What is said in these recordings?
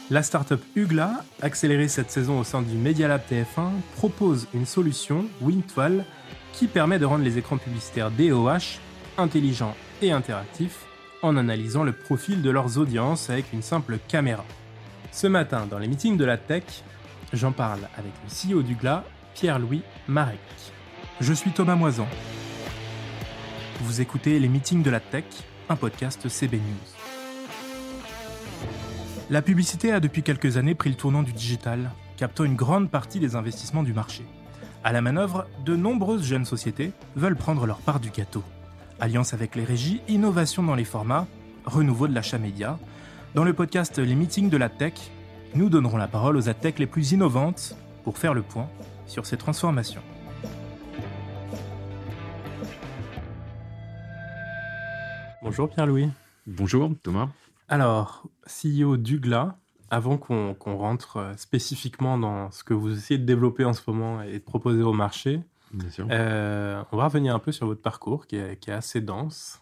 La startup Hugla, accélérée cette saison au sein du Media Lab TF1, propose une solution, Wingtoile, qui permet de rendre les écrans publicitaires DOH intelligents et interactifs en analysant le profil de leurs audiences avec une simple caméra. Ce matin, dans les meetings de la tech, j'en parle avec le CEO d'Hugla, Pierre-Louis Marek. Je suis Thomas Moisan. Vous écoutez les meetings de la tech, un podcast CB News. La publicité a depuis quelques années pris le tournant du digital, captant une grande partie des investissements du marché. À la manœuvre, de nombreuses jeunes sociétés veulent prendre leur part du gâteau. Alliance avec les régies, innovation dans les formats, renouveau de l'achat média. Dans le podcast Les meetings de la tech, nous donnerons la parole aux adtech les plus innovantes pour faire le point sur ces transformations. Bonjour Pierre-Louis. Bonjour Thomas. Alors, CEO d'Hugla, avant qu'on rentre spécifiquement dans ce que vous essayez de développer en ce moment et de proposer au marché, Bien sûr. on va revenir un peu sur votre parcours qui est assez dense.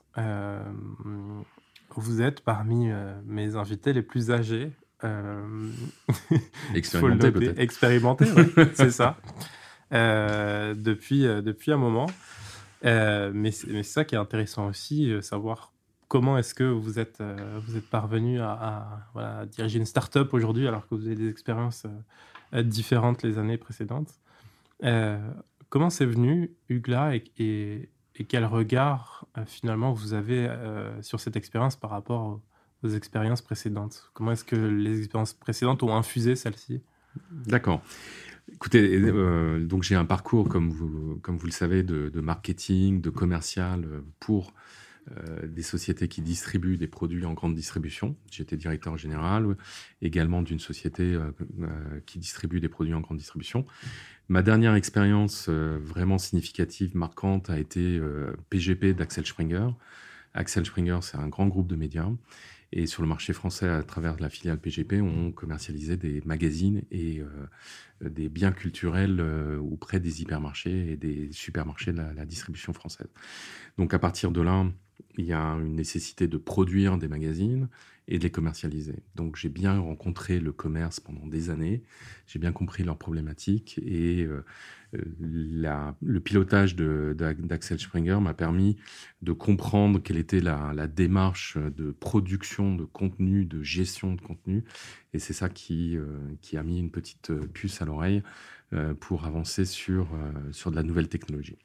Vous êtes parmi mes invités les plus âgés. Expérimenté peut-être. Expérimenté, ouais, c'est ça. Depuis un moment. Mais c'est ça qui est intéressant aussi, savoir comment est-ce que vous êtes parvenu à diriger une start-up aujourd'hui alors que vous avez des expériences différentes les années précédentes. Comment c'est venu, Hugla, et quel regard finalement vous avez sur cette expérience par rapport aux expériences précédentes? Comment est-ce que les expériences précédentes ont infusé celle-ci? D'accord. Écoutez, donc j'ai un parcours, comme vous le savez, de marketing, de commercial pour des sociétés qui distribuent des produits en grande distribution. J'étais directeur général également d'une société qui distribue des produits en grande distribution. Ma dernière expérience vraiment significative, marquante, a été PGP d'Axel Springer. Axel Springer, c'est un grand groupe de médias. Et sur le marché français, à travers la filiale PGP, on commercialisait des magazines et des biens culturels auprès des hypermarchés et des supermarchés de la distribution française. Donc à partir de là, il y a une nécessité de produire des magazines et de les commercialiser. Donc j'ai bien rencontré le commerce pendant des années, j'ai bien compris leurs problématiques et le pilotage d'Axel Springer m'a permis de comprendre quelle était la démarche de production de contenu, de gestion de contenu, et c'est ça qui a mis une petite puce à l'oreille pour avancer sur de la nouvelle technologie.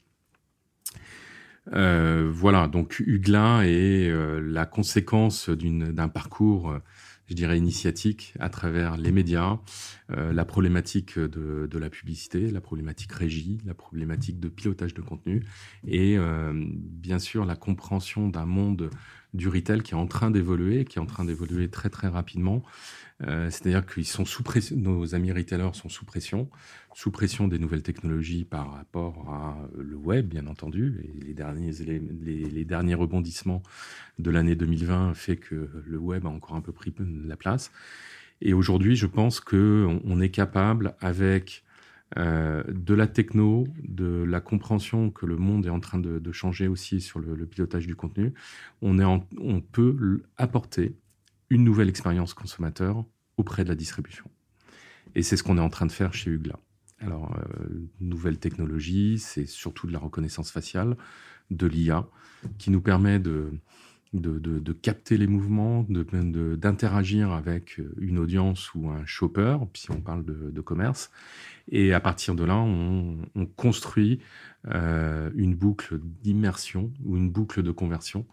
Voilà, donc Hugla est la conséquence d'un parcours, je dirais, initiatique à travers les médias, la problématique de la publicité, la problématique régie, la problématique de pilotage de contenu et bien sûr la compréhension d'un monde du retail qui est en train d'évoluer, très très rapidement. C'est-à-dire qu'ils sont sous pression, nos amis retailers sont sous pression des nouvelles technologies par rapport à le web, bien entendu. Et les derniers rebondissements de l'année 2020 fait que le web a encore un peu pris la place. Et aujourd'hui, je pense qu'on est capable, avec de la techno, de la compréhension que le monde est en train de changer aussi sur le pilotage du contenu, on peut apporter une nouvelle expérience consommateur auprès de la distribution. Et c'est ce qu'on est en train de faire chez Hugla. Alors, nouvelle technologie, c'est surtout de la reconnaissance faciale, de l'IA, qui nous permet de capter les mouvements, d'interagir avec une audience ou un shopper, si on parle de commerce. Et à partir de là, on construit une boucle d'immersion ou une boucle de conversion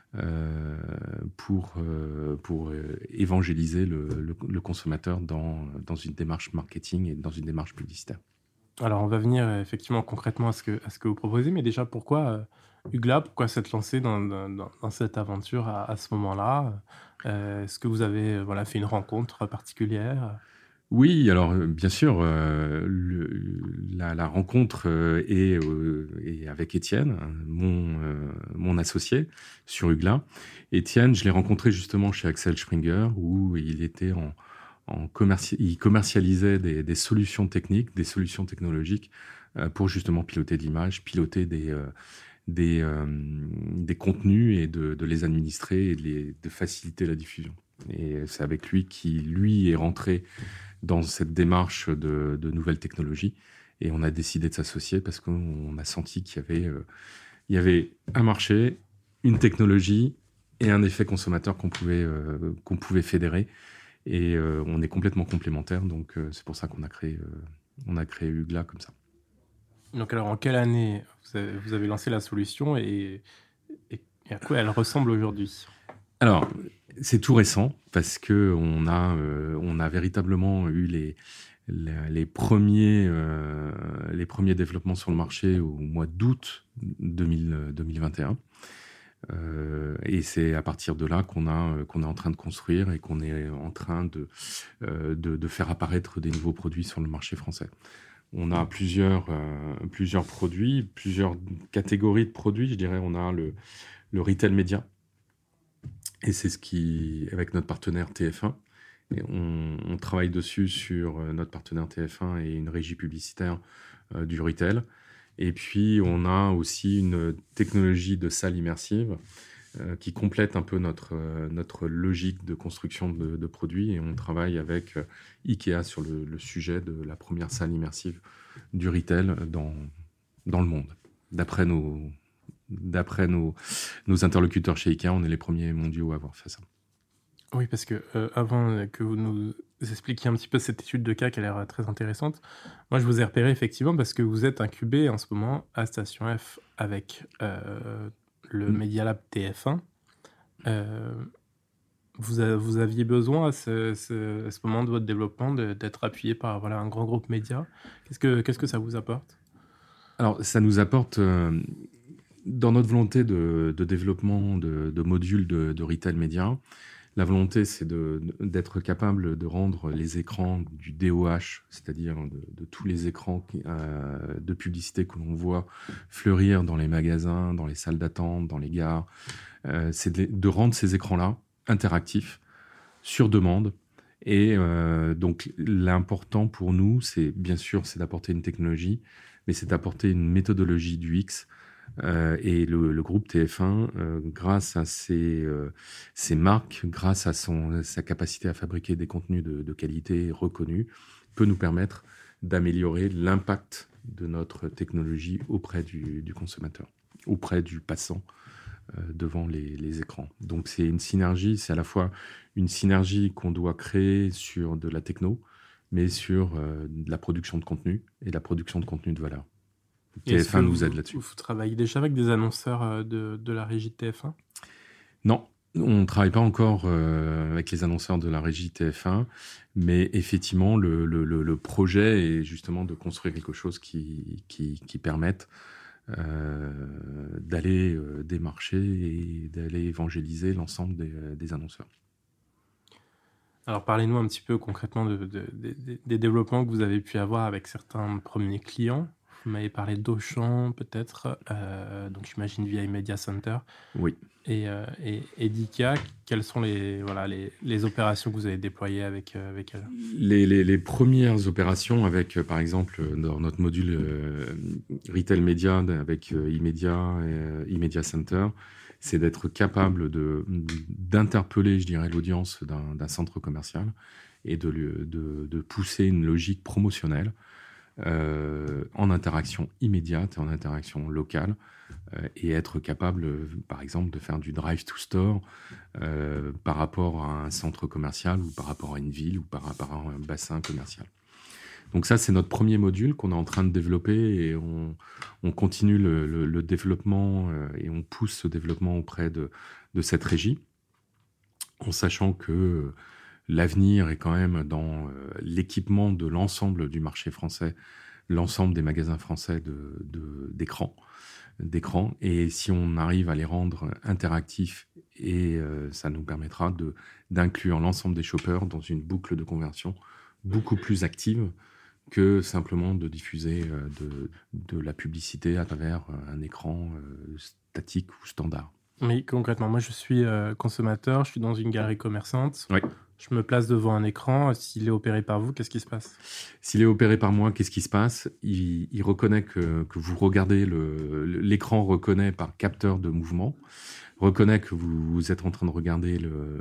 pour évangéliser le consommateur dans une démarche marketing et dans une démarche publicitaire. Alors, on va venir effectivement concrètement à ce que vous proposez, mais déjà, pourquoi Hugla, pourquoi s'être lancé dans cette aventure à ce moment-là? Est-ce que vous avez fait une rencontre particulière? Oui, alors bien sûr, la rencontre est avec Étienne, mon associé sur Hugla. Étienne, je l'ai rencontré justement chez Axel Springer, où il était il commercialisait des solutions techniques, des solutions technologiques pour justement piloter de l'image, piloter des contenus et de les administrer et de faciliter la diffusion. Et c'est avec lui qui, lui, est rentré dans cette démarche de nouvelles technologies. Et on a décidé de s'associer parce qu'on a senti qu'il y avait un marché, une technologie et un effet consommateur qu'on pouvait fédérer. Et on est complètement complémentaires. Donc, c'est pour ça qu'on a créé UGLA comme ça. Donc alors, en quelle année vous avez lancé la solution et à quoi elle ressemble aujourd'hui? Alors, c'est tout récent parce que on a véritablement eu les premiers développements sur le marché au mois d'août 2021. Et c'est à partir de là qu'on est en train de construire et qu'on est en train de faire apparaître des nouveaux produits sur le marché français. On a plusieurs produits, plusieurs catégories de produits. Je dirais, on a le retail média. Et c'est avec notre partenaire TF1, et on travaille dessus sur notre partenaire TF1 et une régie publicitaire du retail. Et puis, on a aussi une technologie de salle immersive qui complète un peu notre logique de construction de produits. Et on travaille avec Ikea sur le sujet de la première salle immersive du retail dans le monde. D'après nos interlocuteurs chez Ikea, on est les premiers mondiaux à avoir fait ça. Oui, parce que avant que vous nous expliquiez un petit peu cette étude de cas qui a l'air très intéressante, moi je vous ai repéré effectivement parce que vous êtes incubé en ce moment à Station F avec le Media Lab TF1. Vous aviez besoin à ce moment de votre développement d'être appuyé par un grand groupe média. Qu'est-ce que ça vous apporte? Alors, ça nous apporte, dans notre volonté de développement de modules de retail média, la volonté, c'est d'être capable de rendre les écrans du DOH, c'est-à-dire de tous les écrans de publicité que l'on voit fleurir dans les magasins, dans les salles d'attente, dans les gares, c'est de rendre ces écrans-là interactifs, sur demande. Et donc, l'important pour nous, c'est bien sûr, c'est d'apporter une technologie, mais c'est d'apporter une méthodologie du X. Et le groupe TF1, grâce à ses marques, grâce à sa capacité à fabriquer des contenus de qualité reconnus, peut nous permettre d'améliorer l'impact de notre technologie auprès du consommateur, auprès du passant devant les écrans. Donc c'est une synergie, c'est à la fois une synergie qu'on doit créer sur de la techno, mais sur de la production de contenu et de la production de contenu de valeur. TF1 nous aide là-dessus. Vous travaillez déjà avec des annonceurs de la régie de TF1? Non, on ne travaille pas encore avec les annonceurs de la régie TF1, mais effectivement, le projet est justement de construire quelque chose qui permette d'aller démarcher et d'aller évangéliser l'ensemble des annonceurs. Alors, parlez-nous un petit peu concrètement des développements que vous avez pu avoir avec certains premiers clients. Vous m'avez parlé d'Auchan, peut-être, donc j'imagine via Media Center. Oui. Et d'IKEA, quelles sont les opérations que vous avez déployées avec elles? Les premières opérations avec, par exemple, dans notre module Retail Media avec Media Center, c'est d'être capable d'interpeller, je dirais, l'audience d'un centre commercial et de pousser une logique promotionnelle en interaction immédiate et en interaction locale et être capable, par exemple, de faire du drive to store par rapport à un centre commercial ou par rapport à une ville ou par rapport à un bassin commercial. Donc ça, c'est notre premier module qu'on est en train de développer et on continue le développement et on pousse ce développement auprès de cette régie en sachant que l'avenir est quand même dans l'équipement de l'ensemble du marché français, l'ensemble des magasins français d'écrans. Et si on arrive à les rendre interactifs, et ça nous permettra d'inclure l'ensemble des shoppers dans une boucle de conversion beaucoup plus active que simplement de diffuser de la publicité à travers un écran statique ou standard. Oui, concrètement, moi je suis consommateur, je suis dans une galerie commerçante. Oui. Je me place devant un écran. S'il est opéré par vous, qu'est-ce qui se passe? S'il est opéré par moi, qu'est-ce qui se passe? Il reconnaît que vous regardez, l'écran reconnaît par capteur de mouvement. reconnaît que vous êtes en train de regarder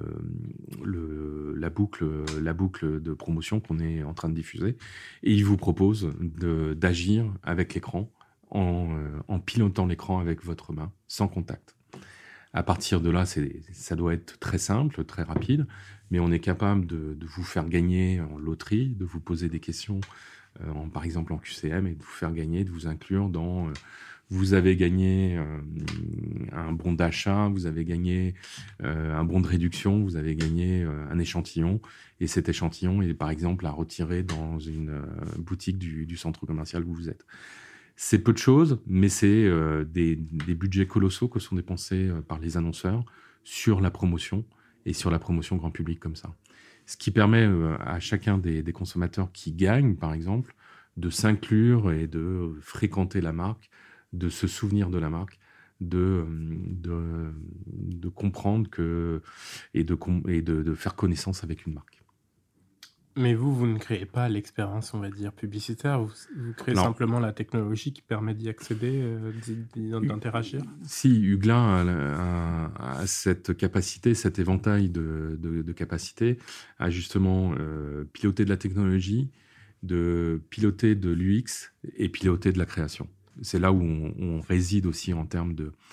la boucle de promotion qu'on est en train de diffuser, et il vous propose d'agir avec l'écran en pilotant l'écran avec votre main, sans contact. À partir de là, ça doit être très simple, très rapide, mais on est capable de vous faire gagner en loterie, de vous poser des questions, par exemple en QCM, et de vous faire gagner, de vous inclure dans... vous avez gagné un bon d'achat, vous avez gagné un bon de réduction, vous avez gagné un échantillon, et cet échantillon est par exemple à retirer dans une boutique du centre commercial où vous êtes. C'est peu de choses, mais c'est des budgets colossaux que sont dépensés par les annonceurs sur la promotion et sur la promotion grand public comme ça. Ce qui permet à chacun des consommateurs qui gagnent, par exemple, de s'inclure et de fréquenter la marque, de se souvenir de la marque, de comprendre et de faire connaissance avec une marque. Mais vous ne créez pas l'expérience, on va dire, publicitaire. Vous créez simplement la technologie qui permet d'y accéder, d'interagir. Si, Huglin a cette capacité, cet éventail de capacités à justement piloter de la technologie, de piloter de l'UX et piloter de la création. C'est là où on réside aussi en termes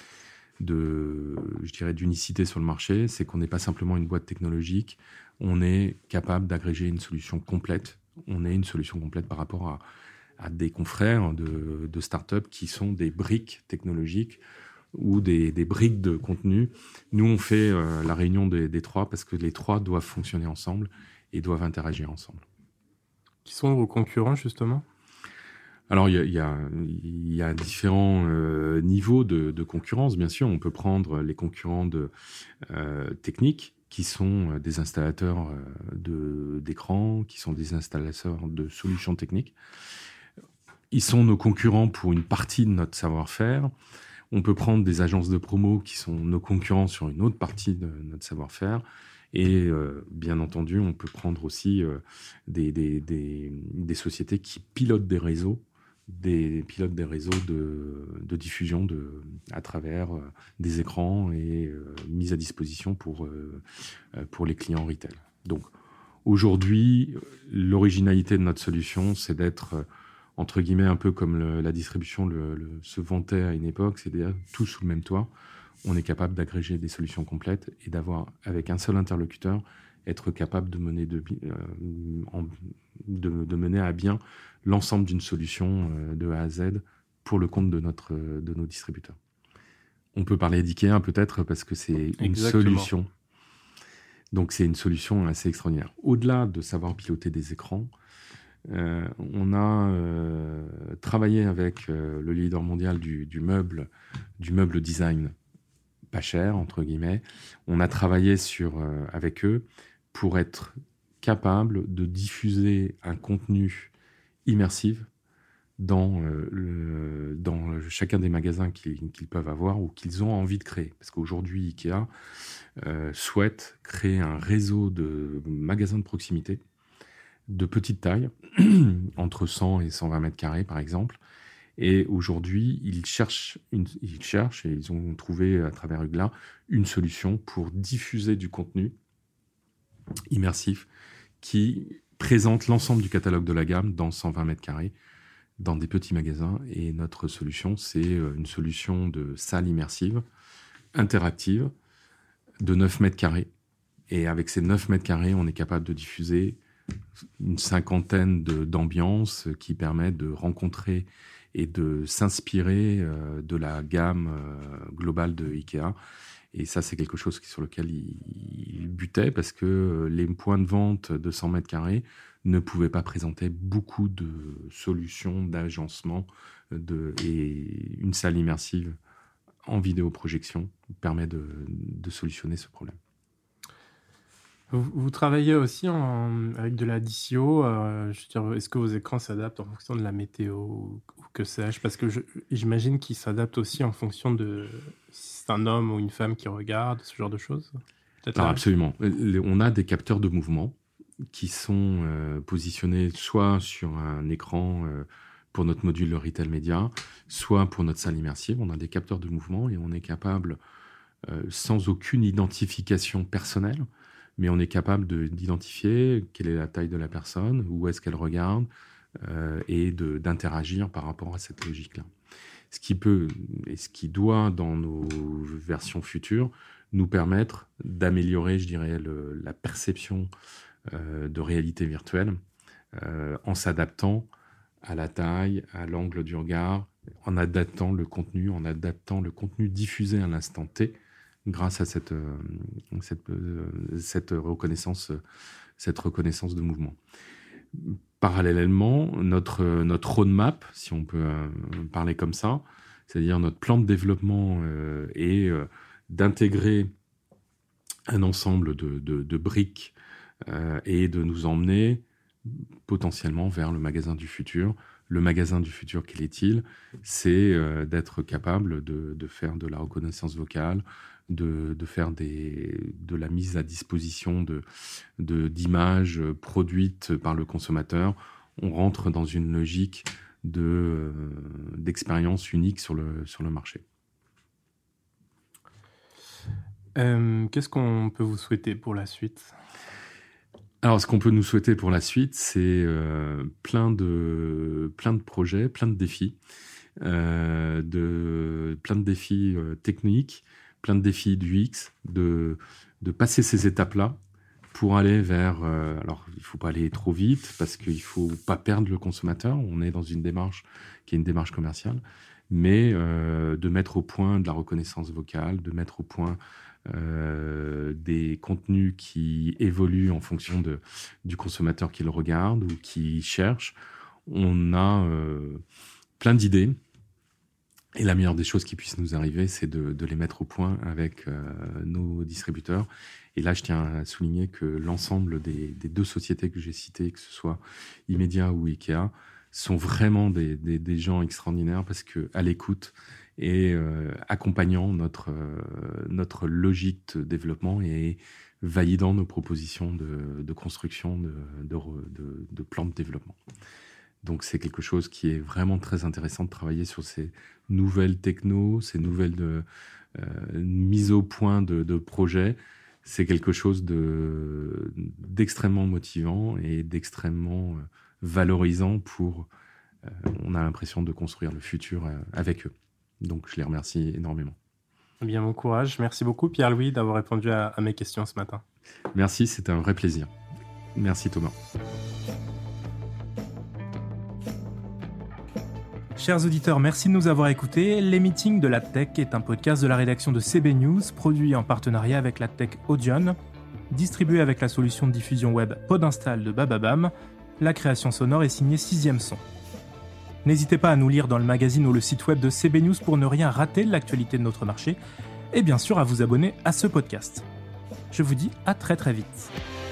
je dirais, d'unicité sur le marché. C'est qu'on n'est pas simplement une boîte technologique. On est capable d'agréger une solution complète. On est une solution complète par rapport à des confrères de start-up qui sont des briques technologiques ou des briques de contenu. Nous, on fait la réunion des trois parce que les trois doivent fonctionner ensemble et doivent interagir ensemble. Qui sont vos concurrents, justement ? Alors, il y a différents niveaux de concurrence. Bien sûr, on peut prendre les concurrents techniques, qui sont des installateurs d'écrans, qui sont des installateurs de solutions techniques. Ils sont nos concurrents pour une partie de notre savoir-faire. On peut prendre des agences de promo qui sont nos concurrents sur une autre partie de notre savoir-faire. Et bien entendu, on peut prendre aussi des sociétés qui pilotent des réseaux, de diffusion à travers des écrans et mise à disposition pour les clients retail. Donc aujourd'hui, l'originalité de notre solution, c'est d'être entre guillemets un peu comme la distribution se vantait à une époque, c'est-à-dire tout sous le même toit. On est capable d'agréger des solutions complètes et d'avoir, avec un seul interlocuteur, être capable de mener à bien l'ensemble d'une solution de A à Z pour le compte de nos distributeurs. On peut parler d'IKEA peut-être parce que c'est une solution. Donc c'est une solution assez extraordinaire. Au-delà de savoir piloter des écrans, on a travaillé avec le leader mondial du meuble design pas cher, entre guillemets. On a travaillé avec eux pour être capable de diffuser un contenu immersif dans chacun des magasins qu'ils peuvent avoir ou qu'ils ont envie de créer. Parce qu'aujourd'hui, Ikea souhaite créer un réseau de magasins de proximité de petite taille, entre 100 et 120 mètres carrés par exemple. Et aujourd'hui, ils cherchent et ils ont trouvé à travers Huglin une solution pour diffuser du contenu immersif qui présente l'ensemble du catalogue de la gamme dans 120 mètres carrés dans des petits magasins. Et notre solution, c'est une solution de salle immersive, interactive, de 9 mètres carrés. Et avec ces 9 mètres carrés, on est capable de diffuser une cinquantaine d'ambiances qui permettent de rencontrer et de s'inspirer de la gamme globale de Ikea. Et ça, c'est quelque chose sur lequel il butait parce que les points de vente de 100 mètres carrés ne pouvaient pas présenter beaucoup de solutions d'agencement et une salle immersive en vidéoprojection permet de solutionner ce problème. Vous travaillez aussi avec de la DCO. Je veux dire, est-ce que vos écrans s'adaptent en fonction de la météo ou que sais-je ? Parce que j'imagine qu'ils s'adaptent aussi en fonction de si c'est un homme ou une femme qui regarde, ce genre de choses. Alors absolument. On a des capteurs de mouvement qui sont positionnés soit sur un écran pour notre module Retail Media, soit pour notre salle immersive. On a des capteurs de mouvement et on est capable sans aucune identification personnelle, mais on est capable d'identifier quelle est la taille de la personne, où est-ce qu'elle regarde, et d'interagir par rapport à cette logique-là. Ce qui peut et ce qui doit, dans nos versions futures, nous permettre d'améliorer, je dirais, la perception de réalité virtuelle en s'adaptant à la taille, à l'angle du regard, en adaptant le contenu diffusé à l'instant T grâce à cette reconnaissance de mouvement. Parallèlement, notre roadmap, si on peut parler comme ça, c'est-à-dire notre plan de développement est d'intégrer un ensemble de briques et de nous emmener potentiellement vers le magasin du futur. Le magasin du futur, quel est-il ? C'est d'être capable de faire de la reconnaissance vocale, de faire de la mise à disposition d'images produites par le consommateur. On rentre dans une logique d'expérience unique sur le marché. Qu'est-ce qu'on peut vous souhaiter pour la suite ? Alors, ce qu'on peut nous souhaiter pour la suite, c'est plein de projets, plein de défis, plein de défis techniques, plein de défis du UX, de passer ces étapes-là pour aller vers... alors, il ne faut pas aller trop vite parce qu'il ne faut pas perdre le consommateur. On est dans une démarche qui est une démarche commerciale, mais de mettre au point de la reconnaissance vocale, de mettre au point des contenus qui évoluent en fonction du consommateur qui le regarde ou qui cherche. On a plein d'idées. Et la meilleure des choses qui puissent nous arriver, c'est de les mettre au point avec nos distributeurs. Et là, je tiens à souligner que l'ensemble des deux sociétés que j'ai citées, que ce soit Immedia ou Ikea, sont vraiment des gens extraordinaires parce qu'à l'écoute et accompagnant notre logique de développement et validant nos propositions de construction de plans de développement. Donc, c'est quelque chose qui est vraiment très intéressant de travailler sur ces nouvelles technos, ces nouvelles mises au point de projets. C'est quelque chose d'extrêmement motivant et d'extrêmement valorisant pour... on a l'impression de construire le futur avec eux. Donc, je les remercie énormément. Bien, bon courage. Merci beaucoup, Pierre-Louis, d'avoir répondu à mes questions ce matin. Merci, c'était un vrai plaisir. Merci, Thomas. Chers auditeurs, merci de nous avoir écoutés. Les Meetings de la Tech est un podcast de la rédaction de CB News, produit en partenariat avec la Tech Audion, distribué avec la solution de diffusion web Podinstall de Bababam. La création sonore est signée 6ème Son. N'hésitez pas à nous lire dans le magazine ou le site web de CB News pour ne rien rater de l'actualité de notre marché, et bien sûr à vous abonner à ce podcast. Je vous dis à très très vite.